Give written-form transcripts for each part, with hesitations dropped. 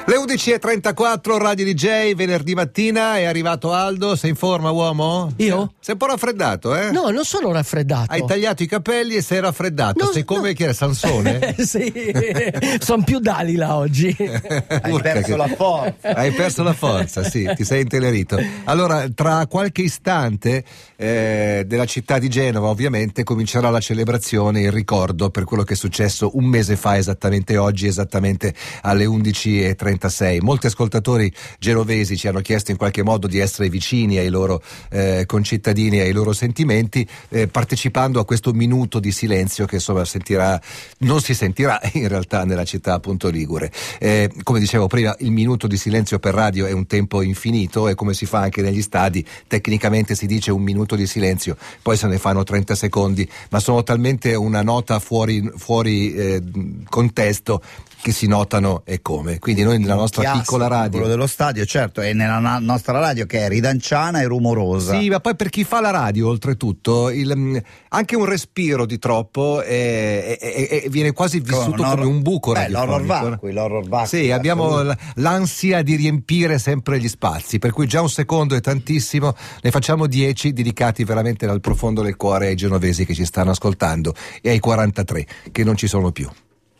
Le 11.34, Radio DJ, venerdì mattina, è arrivato Aldo, sei in forma uomo? Io? Sei un po' raffreddato, eh? No, non sono raffreddato. Hai tagliato i capelli e sei raffreddato, sei come chi era, Sansone? Sì, sono più Dalila oggi. Hai perso la forza. Hai perso la forza, sì, ti sei intenerito. Allora, tra qualche istante della città di Genova, ovviamente, comincerà la celebrazione, il ricordo per quello che è successo un mese fa, esattamente oggi, esattamente alle 11.36. Molti ascoltatori genovesi ci hanno chiesto in qualche modo di essere vicini ai loro concittadini e ai loro sentimenti, partecipando a questo minuto di silenzio che insomma non si sentirà in realtà nella città appunto ligure. Come dicevo prima, il minuto di silenzio per radio è un tempo infinito, e come si fa anche negli stadi, tecnicamente si dice un minuto di silenzio, poi se ne fanno 30 secondi, ma sono talmente una nota fuori contesto che si notano e come. Quindi noi nella nostra piccola radio, quello dello stadio, certo, e nella nostra radio che è ridanciana e rumorosa. Sì, ma poi per chi fa la radio, oltretutto, anche un respiro di troppo viene quasi vissuto come un buco radiofonico. L'horror vacui. Sì, abbiamo l'ansia di riempire sempre gli spazi, per cui già un secondo è tantissimo, ne facciamo 10 dedicati veramente dal profondo del cuore ai genovesi che ci stanno ascoltando e ai 43 che non ci sono più.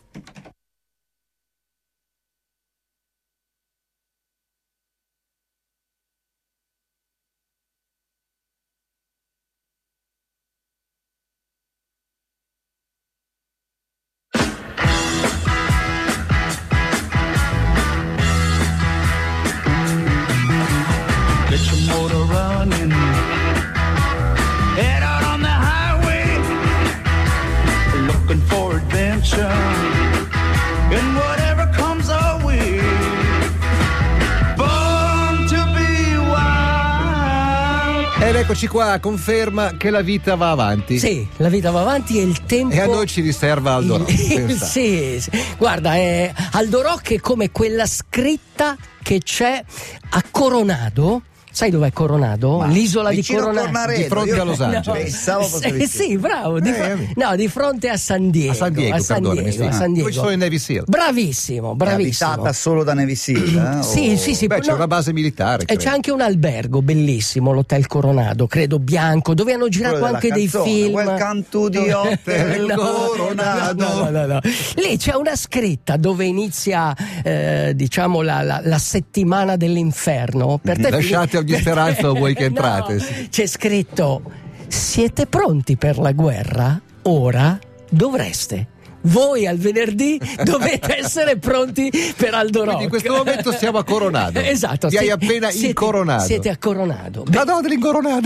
Eccoci qua, conferma che la vita va avanti. Sì, la vita va avanti e il tempo. E a noi ci riserva Aldo Rock. Sì. Guarda, Aldo Rock è come quella scritta che c'è a Coronado. Sai dov'è Coronado? L'isola di Coronado. Di fronte a Los Angeles. Sì, bravo. Di fronte a San Diego. A San Diego. Poi sono in Navy SEAL. Bravissimo. È abitata solo da Navy SEAL? Sì. Beh, c'è una base militare. E c'è anche un albergo bellissimo, l'Hotel Coronado, credo bianco, dove hanno girato anche dei film. Welcome to the Hotel Coronado. No. Lì c'è una scritta dove inizia, diciamo, la settimana dell'inferno. Per te lasciate ogni speranza voi che entrate. No, c'è scritto: siete pronti per la guerra? Ora dovreste. Voi al venerdì dovete essere pronti per Aldo Rock. Quindi in questo momento siamo a Coronado. Esatto. Ti hai appena incoronato. Siete a Coronado. Madonna dell'incoronato.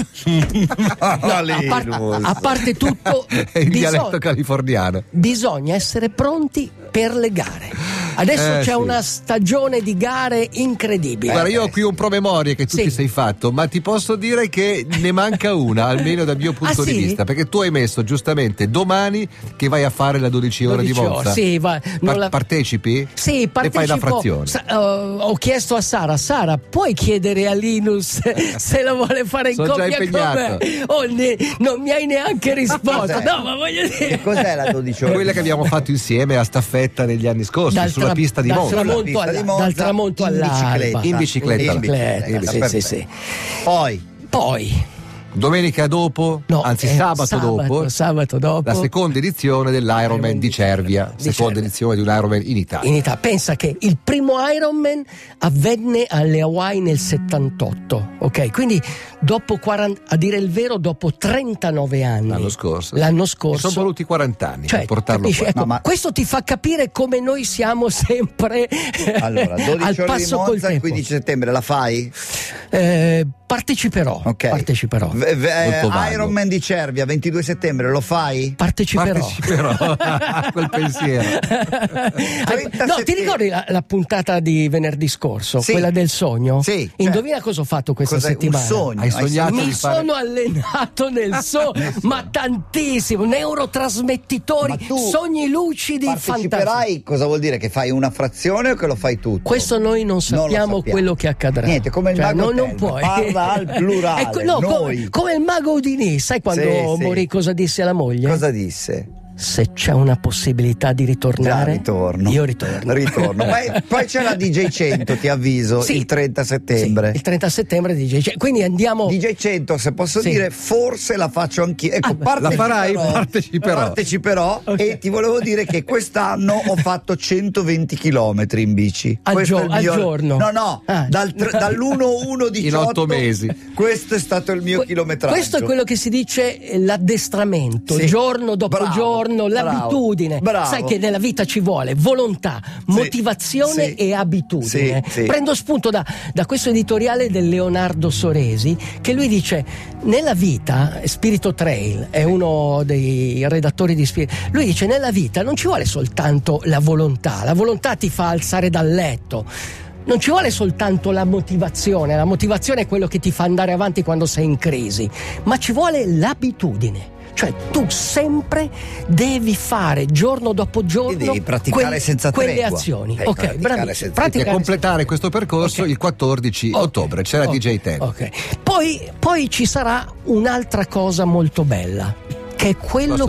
A parte tutto, è il dialetto californiano. Bisogna essere pronti per le gare. Adesso c'è una stagione di gare incredibile. Guarda, io ho qui un promemoria che tu ti sei fatto, ma ti posso dire che ne manca una, almeno dal mio punto di vista, perché tu hai messo giustamente domani che vai a fare la 12 ore di Monza. Sì, partecipi? Sì, partecipo. E fai la frazione. Ho chiesto a Sara, puoi chiedere a Linus se la vuole fare in coppia già impegnato. con me? Non mi hai neanche risposto. No, ma voglio dire, che cos'è la 12 ore? Quella che abbiamo fatto insieme a staffetta negli anni scorsi, sulla pista di Monza. Dal tramonto all'alba. In bicicletta. Sì. Poi domenica dopo, sabato dopo, la seconda edizione dell'Ironman di Cervia, edizione di un Ironman in Italia. Pensa che il primo Ironman avvenne alle Hawaii nel 78, ok? Quindi dopo a dire il vero, dopo 39 anni. L'anno scorso. Sono voluti 40 anni per portarlo qua. Ecco, questo ti fa capire come noi siamo sempre allora, 12 al ore passo di Monza, col tempo. Il 15 settembre la fai? Parteciperò. Ironman di Cervia 22 settembre lo fai? Parteciperò. Quel pensiero. Ti ricordi la puntata di venerdì scorso? Sì. Quella del sogno? Sì. Indovina cosa ho fatto questa settimana? Un sogno. Hai sognato Mi sono allenato nel sogno, ma tantissimo, neurotrasmettitori, sogni lucidi, fantastici. Parteciperai, cosa vuol dire? Che fai una frazione o che lo fai tutto? Questo noi non sappiamo quello che accadrà. Niente, come il mago non puoi. Parla al plurale. Come il mago Udinì, sai quando morì cosa disse alla moglie? Cosa disse? se c'è una possibilità di ritornare, io ritorno. Poi c'è la DJ 100, ti avviso, sì, il 30 settembre. Sì, il 30 settembre DJ 100. Quindi andiamo. DJ 100, se posso dire, forse la faccio anch'io. Ecco, la farai? Parteciperò. Okay. E ti volevo dire che quest'anno ho fatto 120 chilometri in bici. Al giorno? No, dall'1-1-18 in 8 mesi. Questo è stato il mio chilometraggio. Questo è quello che si dice l'addestramento, sì, giorno dopo giorno, l'abitudine. Bravo. Sai che nella vita ci vuole volontà, motivazione e abitudine. Sì. Prendo spunto da questo editoriale del Leonardo Soresi, che lui dice: nella vita, Spirito Trail è uno dei redattori di Spirito, lui dice: nella vita non ci vuole soltanto la volontà ti fa alzare dal letto. Non ci vuole soltanto la motivazione è quello che ti fa andare avanti quando sei in crisi, ma ci vuole l'abitudine. Cioè tu sempre devi fare giorno dopo giorno, devi praticare senza quelle tregua. azioni. Ok, bravissimo. Per completare questo percorso il 14 ottobre c'è la DJ 10. Ok. Poi ci sarà un'altra cosa molto bella, che è quello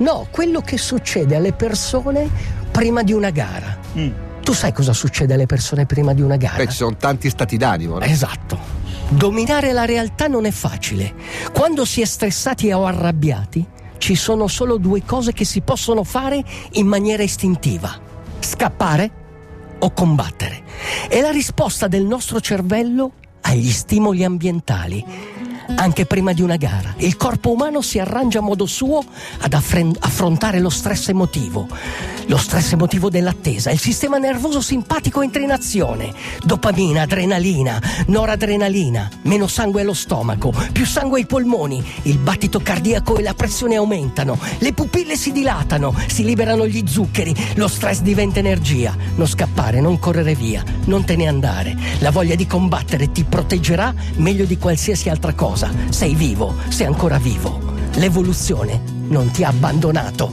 che succede alle persone prima di una gara. Tu sai cosa succede alle persone prima di una gara? Ci sono tanti stati d'animo, no? Esatto. Dominare la realtà non è facile. Quando si è stressati o arrabbiati, ci sono solo 2 cose che si possono fare in maniera istintiva: scappare o combattere. È la risposta del nostro cervello agli stimoli ambientali. Anche prima di una gara, il corpo umano si arrangia a modo suo ad affrontare lo stress emotivo dell'attesa. Il sistema nervoso simpatico entra in azione. Dopamina, adrenalina, noradrenalina, meno sangue allo stomaco, più sangue ai polmoni, il battito cardiaco e la pressione aumentano, le pupille si dilatano, si liberano gli zuccheri, lo stress diventa energia. Non scappare, non correre via, non te ne andare. La voglia di combattere ti proteggerà meglio di qualsiasi altra cosa. Sei vivo, sei ancora vivo. L'evoluzione non ti ha abbandonato.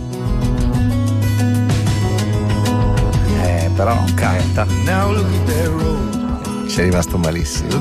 Però non canta. Ci è rimasto malissimo.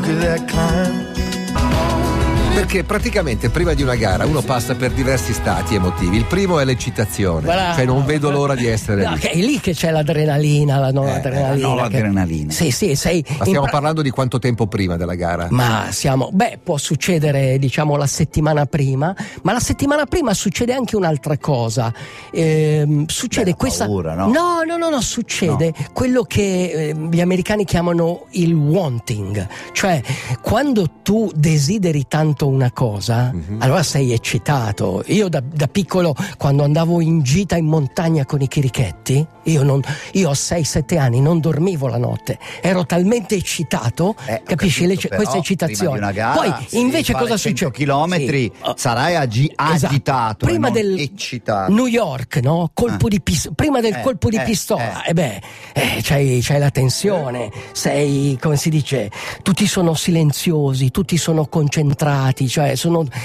Perché praticamente prima di una gara uno passa per diversi stati emotivi. Il primo è l'eccitazione, cioè non vedo l'ora di essere lì. È lì che c'è l'adrenalina, la noradrenalina. Sì, Ma stiamo parlando di quanto tempo prima della gara? Può succedere la settimana prima, ma la settimana prima succede anche un'altra cosa. Succede questa paura, no? No, succede quello che gli americani chiamano il wanting, cioè quando tu desideri tanto una cosa, allora sei eccitato. Io da piccolo, quando andavo in gita in montagna con i chirichetti, io a 6-7 anni non dormivo la notte, ero talmente eccitato, capisci, questa eccitazione. Gara, poi invece cosa succede? 100 chilometri sarai agitato, prima del eccitato. New York, no? Prima del colpo di pistola, c'hai la tensione, sei, come si dice, tutti sono silenziosi, tutti sono concentrati, cioè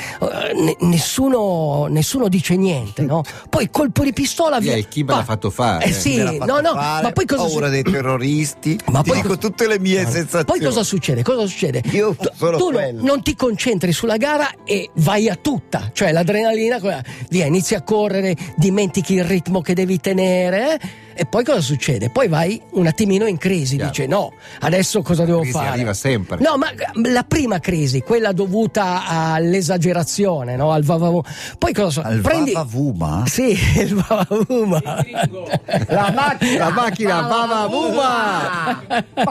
nessuno dice niente, no? Poi colpo di pistola via. Chi me l'ha fatto fare? Ma poi cosa paura dei terroristi. Ma poi dico tutte le mie sensazioni. Poi cosa succede? Io tu non ti concentri sulla gara e vai a tutta, cioè l'adrenalina via, inizi a correre, dimentichi il ritmo che devi tenere, e poi cosa succede? Poi vai un attimino in crisi, dice no, adesso cosa devo fare? Arriva sempre. No, ma la prima crisi, quella dovuta all'esagerazione, no? Al vavavuma. Poi cosa vavavuma? Sì, il vavavuma. La macchina vavavuma.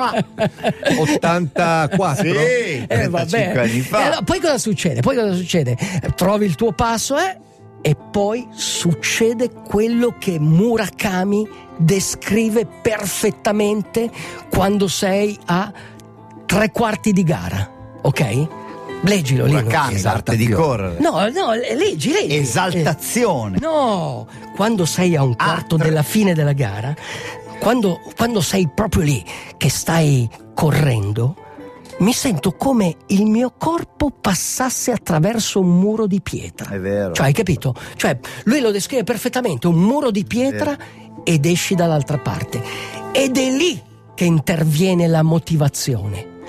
84. Sì, 35 anni fa. Allora, poi cosa succede? Trovi il tuo passo, e poi succede quello che Murakami descrive perfettamente quando sei a 3/4 di gara, ok? Leggilo lì. Murakami, l'arte di correre. No, leggi. Esaltazione. No, quando sei a un quarto della fine della gara, quando sei proprio lì che stai correndo, mi sento come il mio corpo passasse attraverso un muro di pietra. È vero. Cioè, hai capito? Cioè, lui lo descrive perfettamente, un muro di pietra, ed esci dall'altra parte. Ed è lì che interviene la motivazione.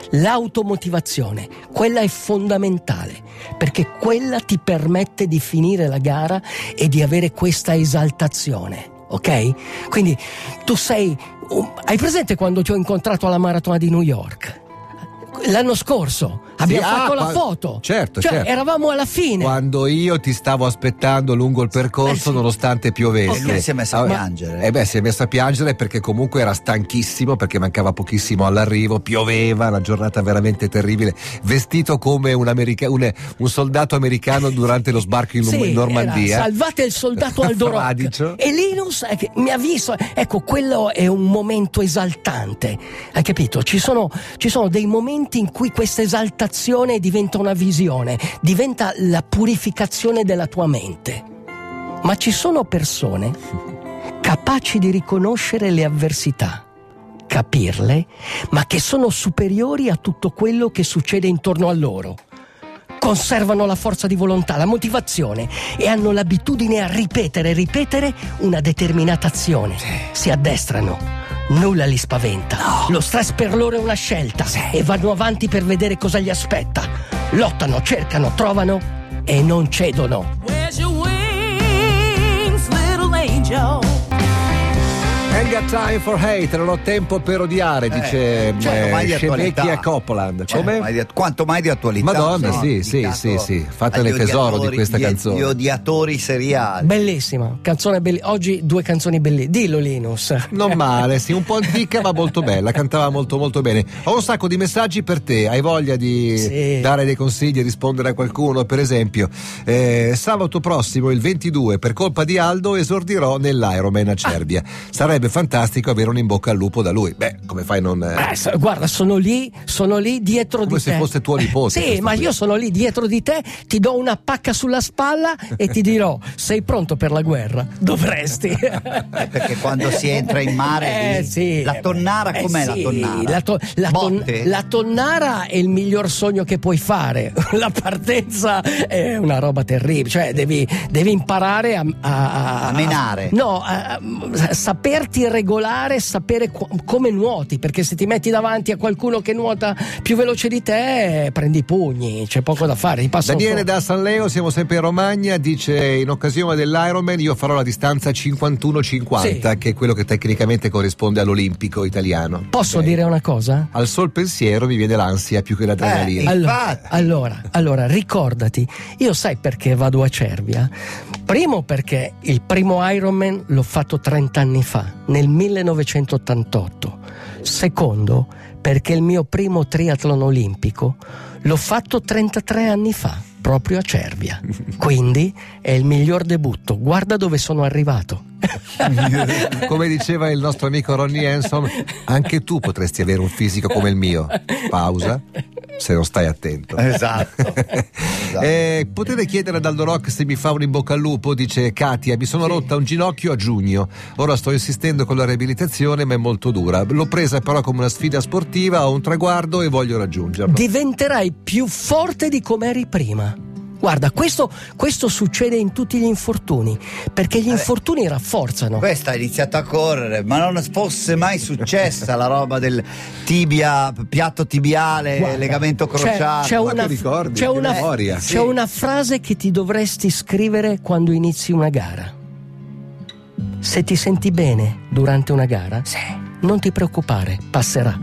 L'automotivazione, quella è fondamentale, perché quella ti permette di finire la gara e di avere questa esaltazione, ok? Quindi tu hai presente quando ti ho incontrato alla maratona di New York? L'anno scorso abbiamo fatto la foto. Certo, cioè, certo. Eravamo alla fine. Quando io ti stavo aspettando lungo il percorso, sì. nonostante piovesse. E lui si è messo a piangere. Si è messo a piangere perché comunque era stanchissimo, perché mancava pochissimo all'arrivo, pioveva, una giornata veramente terribile, vestito come un soldato americano durante lo sbarco in Normandia. Salvate il soldato Aldo Rock. E Linus mi ha visto. Ecco, quello è un momento esaltante. Hai capito? Ci sono dei momenti in cui questa esaltazione diventa una visione, diventa la purificazione della tua mente. Ma ci sono persone capaci di riconoscere le avversità, capirle, ma che sono superiori a tutto quello che succede intorno a loro. Conservano la forza di volontà, la motivazione e hanno l'abitudine a ripetere una determinata azione. Si addestrano. Nulla li spaventa. No. Lo stress per loro è una scelta e vanno avanti per vedere cosa gli aspetta. Lottano, cercano, trovano e non cedono. Where's your wings, little angel? Ain't got time for hate, non ho tempo per odiare, dice Shebeki a Coppoland. Come? Quanto mai di attualità? Madonna, sì. Fatene tesoro di questa canzone. Gli odiatori seriali. Bellissima, canzone bellissima. Oggi 2 canzoni bellissime. Dillo, Linus. Non male, sì, un po' antica ma molto bella, cantava molto molto bene. Ho un sacco di messaggi per te, hai voglia di dare dei consigli, rispondere a qualcuno? Per esempio, sabato prossimo, il 22, per colpa di Aldo esordirò nell'Ironman a Cervia. Sarebbe fantastico avere un in bocca al lupo da lui. Come fai non... guarda, sono lì dietro come di te. Come se fosse tuo nipote. Sì, ma io sono lì dietro di te, ti do una pacca sulla spalla e ti dirò: sei pronto per la guerra? Dovresti. Perché quando si entra in mare la tonnara, com'è la tonnara? La tonnara è il miglior sogno che puoi fare. La partenza è una roba terribile, cioè devi imparare a menare. A saperti regolare, sapere come nuoti, perché se ti metti davanti a qualcuno che nuota più veloce di te prendi i pugni, c'è poco da fare. Daniele da San Leo, siamo sempre in Romagna, dice: in occasione dell'Ironman io farò la distanza 51-50, che è quello che tecnicamente corrisponde all'olimpico italiano. Posso dire una cosa? Al sol pensiero mi viene l'ansia più che l'adrenalina. Allora ricordati, io sai perché vado a Cervia? Primo perché il primo Ironman l'ho fatto 30 anni fa, nel 1988. Secondo, perché il mio primo triathlon olimpico l'ho fatto 33 anni fa, proprio a Cervia. Quindi è il miglior debutto. Guarda dove sono arrivato. Come diceva il nostro amico Ronnie Hanson, anche tu potresti avere un fisico come il mio. Pausa, se non stai attento. Esatto. Potete chiedere ad Aldo Rock se mi fa un in bocca al lupo, dice Katia. Mi sono rotta un ginocchio a giugno, ora sto insistendo con la riabilitazione, ma è molto dura. L'ho presa però come una sfida sportiva, ho un traguardo e voglio raggiungerlo. Diventerai più forte di come eri prima. Guarda, questo succede in tutti gli infortuni, perché gli infortuni rafforzano. Questa ha iniziato a correre, ma non fosse mai successa la roba del tibia, piatto tibiale, guarda, legamento crociato. C'è una frase che ti dovresti scrivere quando inizi una gara. Se ti senti bene durante una gara, non ti preoccupare, passerà.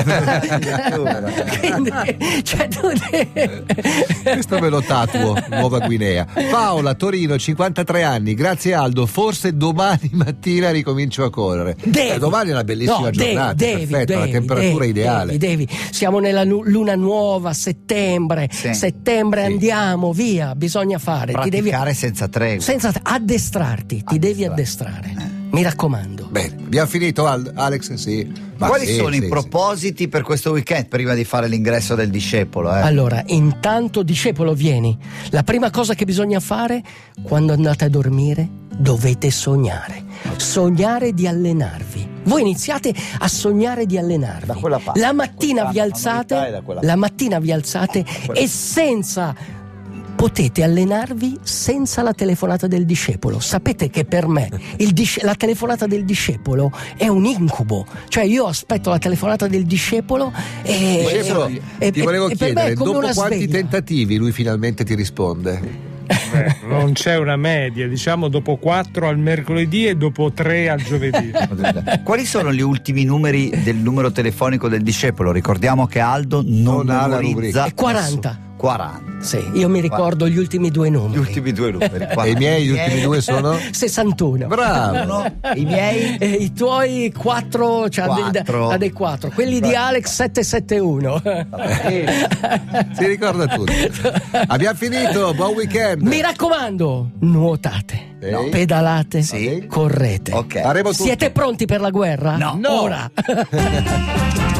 Quindi, questo me lo tatuo, Nuova Guinea. Paola, Torino, 53 anni. Grazie Aldo, forse domani mattina ricomincio a correre. Domani è una bellissima giornata, perfetta, la temperatura ideale. Devi. Siamo nella luna nuova, settembre. Settembre andiamo, via, bisogna fare. Praticare senza tregua. Senza addestrarti, ti devi addestrare. Mi raccomando. Bene, abbiamo finito, Alex? Sì. Quali sono i propositi per questo weekend prima di fare l'ingresso del discepolo? Allora, intanto discepolo, vieni. La prima cosa che bisogna fare quando andate a dormire, dovete sognare. Sognare di allenarvi. Voi iniziate a sognare di allenarvi. La mattina vi alzate e senza potete allenarvi senza la telefonata del discepolo. Sapete che per me la telefonata del discepolo è un incubo, cioè io aspetto la telefonata del discepolo e ti volevo per me è chiedere, come dopo una quanti sveglia. tentativi lui finalmente ti risponde? Non c'è una media, diciamo dopo 4 al mercoledì e dopo 3 al giovedì. Quali sono gli ultimi numeri del numero telefonico del discepolo? Ricordiamo che Aldo non ha la memorizza rubrica. È 40. 40. Sì, io mi ricordo gli ultimi 2 numeri. Gli ultimi 2 numeri. E i miei gli ultimi 2 sono? 61. Bravo! I miei? E i tuoi 4, cioè ha dei 4. Quelli di Alex 771. Si ricorda tutto. Abbiamo finito, buon weekend. Mi raccomando, nuotate, Sì. pedalate, Sì. correte. Ok. Faremo tutto. Siete pronti per la guerra? No. Ora.